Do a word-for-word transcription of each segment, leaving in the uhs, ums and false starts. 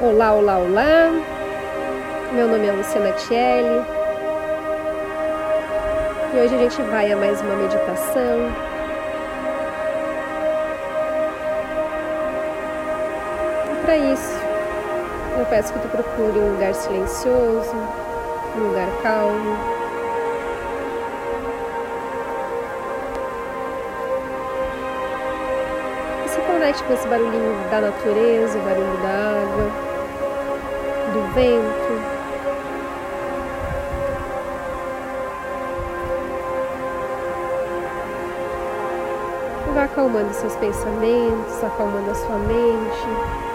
Olá, olá, olá! Meu nome é Luciana Tielli e hoje a gente vai a mais uma meditação. E para isso, eu peço que tu procure um lugar silencioso, um lugar calmo. E se conecte com esse barulhinho da natureza, o barulho da água, do vento. Vá acalmando seus pensamentos, acalmando a sua mente.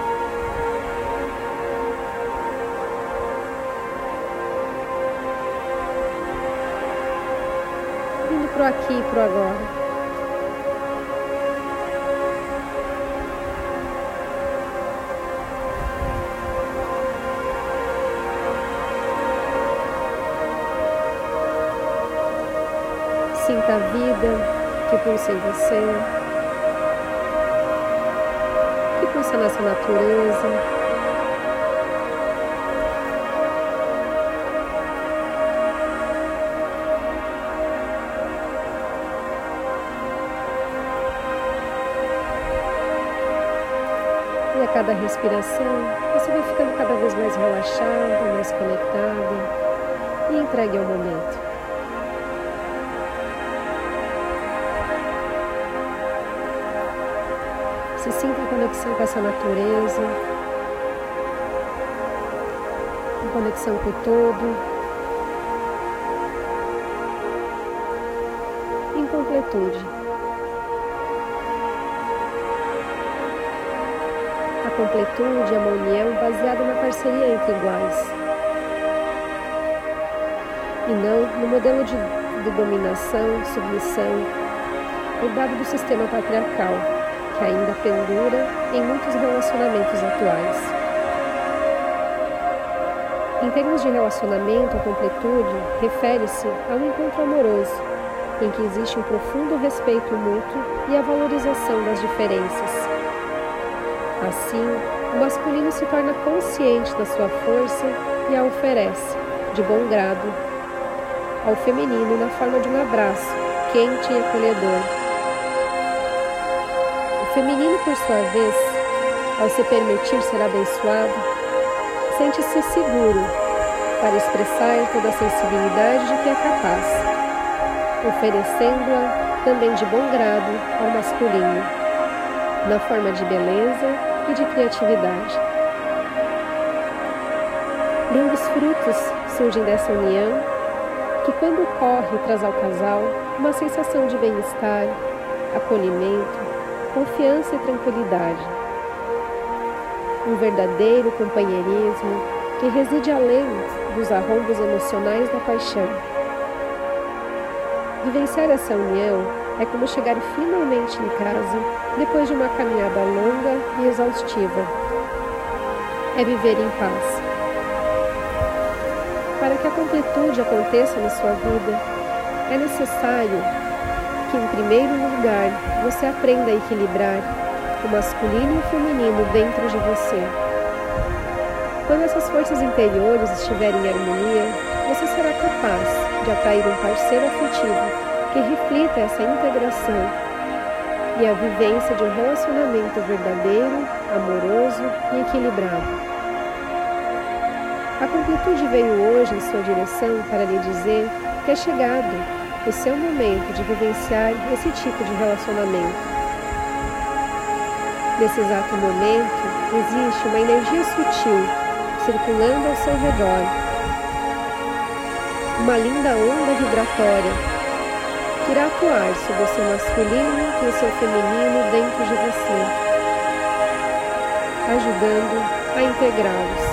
Indo pro aqui e pro agora. Sinta a vida que pulsa em você, que pulsa nessa natureza. E a cada respiração, você vai ficando cada vez mais relaxada, mais conectada e entregue ao momento. Se sinta em conexão com essa natureza, em conexão com o todo, em completude. A completude é uma união baseada na parceria entre iguais, e não no modelo de, de dominação, submissão, herdado do sistema patriarcal, que ainda pendura em muitos relacionamentos atuais. Em termos de relacionamento, a completude refere-se a um encontro amoroso, em que existe um profundo respeito mútuo e a valorização das diferenças. Assim, o masculino se torna consciente da sua força e a oferece, de bom grado, ao feminino na forma de um abraço quente e acolhedor. O feminino, por sua vez, ao se permitir ser abençoado, sente-se seguro para expressar toda a sensibilidade de que é capaz, oferecendo-a também de bom grado ao masculino, na forma de beleza e de criatividade. Lindos frutos surgem dessa união, que quando ocorre traz ao casal uma sensação de bem-estar, acolhimento, confiança e tranquilidade. Um verdadeiro companheirismo que reside além dos arrombos emocionais da paixão. Vivenciar essa união é como chegar finalmente em casa depois de uma caminhada longa e exaustiva. É viver em paz. Para que a completude aconteça na sua vida, é necessário que, em primeiro lugar, você aprenda a equilibrar o masculino e o feminino dentro de você. Quando essas forças interiores estiverem em harmonia, você será capaz de atrair um parceiro afetivo que reflita essa integração e a vivência de um relacionamento verdadeiro, amoroso e equilibrado. A completude veio hoje em sua direção para lhe dizer que é chegado o seu momento de vivenciar esse tipo de relacionamento. Nesse exato momento, existe uma energia sutil circulando ao seu redor, uma linda onda vibratória que irá atuar sobre o seu masculino e o seu feminino dentro de você, ajudando a integrá-los.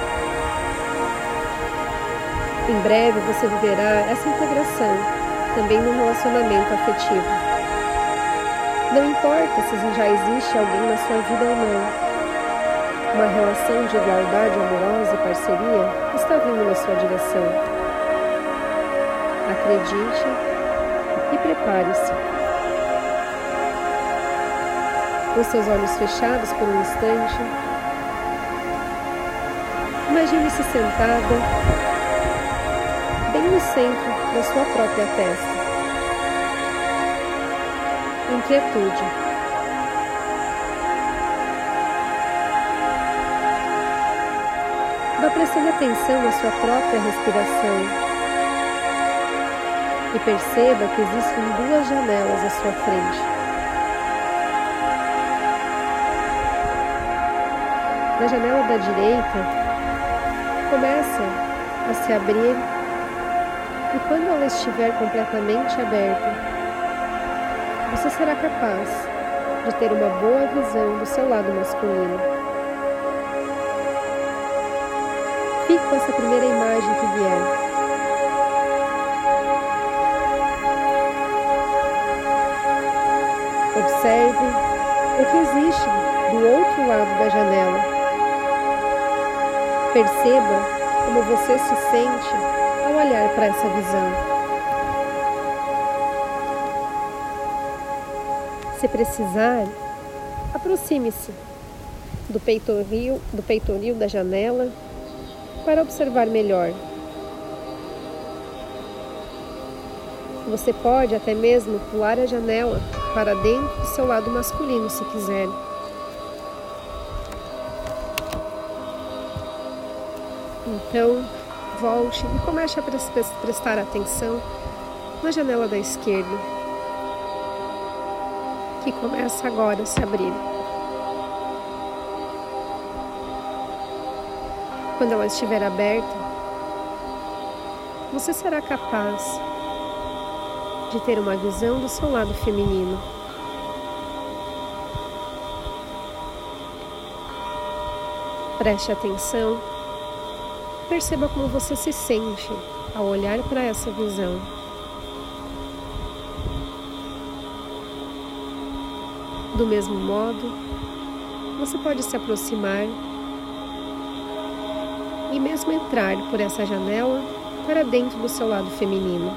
Em breve você viverá essa integração também no relacionamento afetivo. Não importa se já existe alguém na sua vida ou não, uma relação de igualdade amorosa e parceria está vindo na sua direção. Acredite e prepare-se. Com seus olhos fechados por um instante, Imagine-se sentada bem no centro da sua própria testa. Inquietude. Vá prestando atenção na sua própria respiração e perceba que existem duas janelas à sua frente. Na janela da direita, começa a se abrir e quando ela estiver completamente aberta, você será capaz de ter uma boa visão do seu lado masculino. Fique com essa primeira imagem que vier. Observe o que existe do outro lado da janela. Perceba como você se sente ao olhar para essa visão. Se precisar, aproxime-se do peitoril, do peitoril da janela para observar melhor. Você pode até mesmo pular a janela para dentro do seu lado masculino, se quiser. Então, volte e comece a prestar atenção na janela da esquerda, que começa agora a se abrir. Quando ela estiver aberta, você será capaz de ter uma visão do seu lado feminino. Preste atenção, perceba como você se sente ao olhar para essa visão. Do mesmo modo, você pode se aproximar e mesmo entrar por essa janela para dentro do seu lado feminino.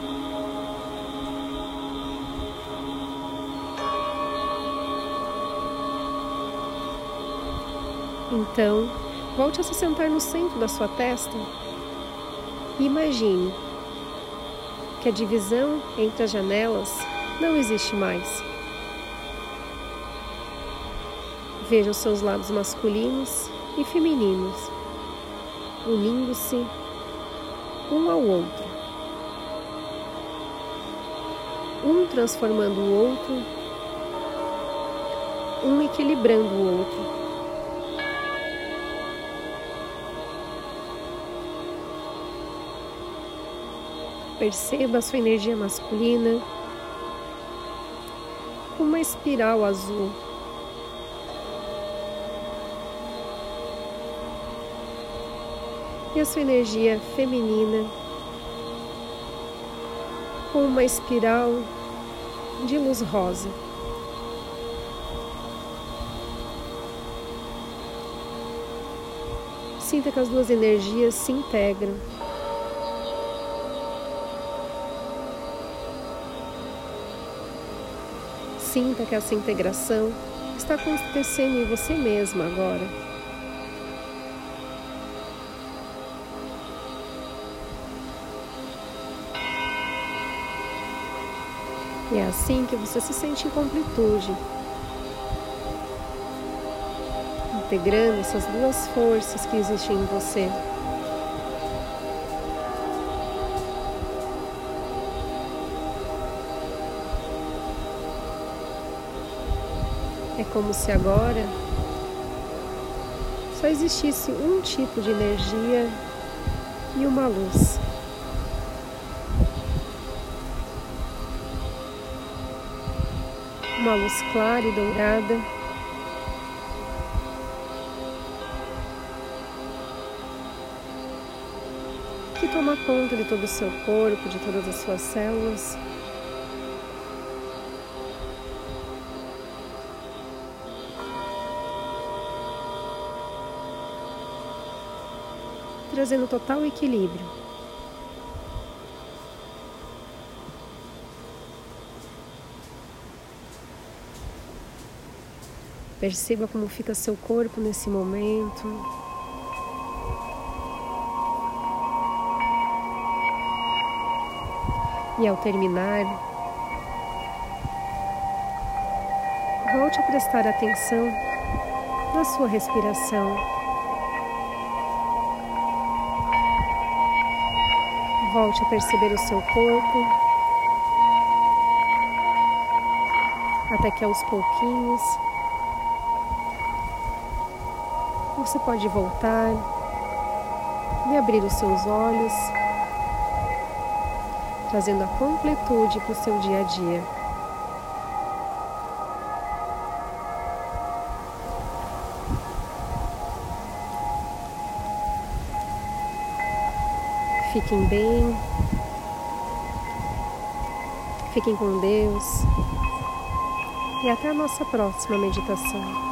Então, volte a se sentar no centro da sua testa e imagine que a divisão entre as janelas não existe mais. Veja os seus lados masculinos e femininos, unindo-se um ao outro, um transformando o outro, um equilibrando o outro. Perceba a sua energia masculina como uma espiral azul. E a sua energia feminina com uma espiral de luz rosa. Sinta que as duas energias se integram. Sinta que essa integração está acontecendo em você mesma agora. E é assim que você se sente em completude, integrando essas duas forças que existem em você. É como se agora só existisse um tipo de energia e uma luz. Uma luz clara e dourada, que toma conta de todo o seu corpo, de todas as suas células. Trazendo total equilíbrio. Perceba como fica seu corpo nesse momento. E ao terminar, volte a prestar atenção na sua respiração. Volte a perceber o seu corpo, até que aos pouquinhos você pode voltar e abrir os seus olhos, trazendo a completude para o seu dia a dia. Fiquem bem, fiquem com Deus e até a nossa próxima meditação.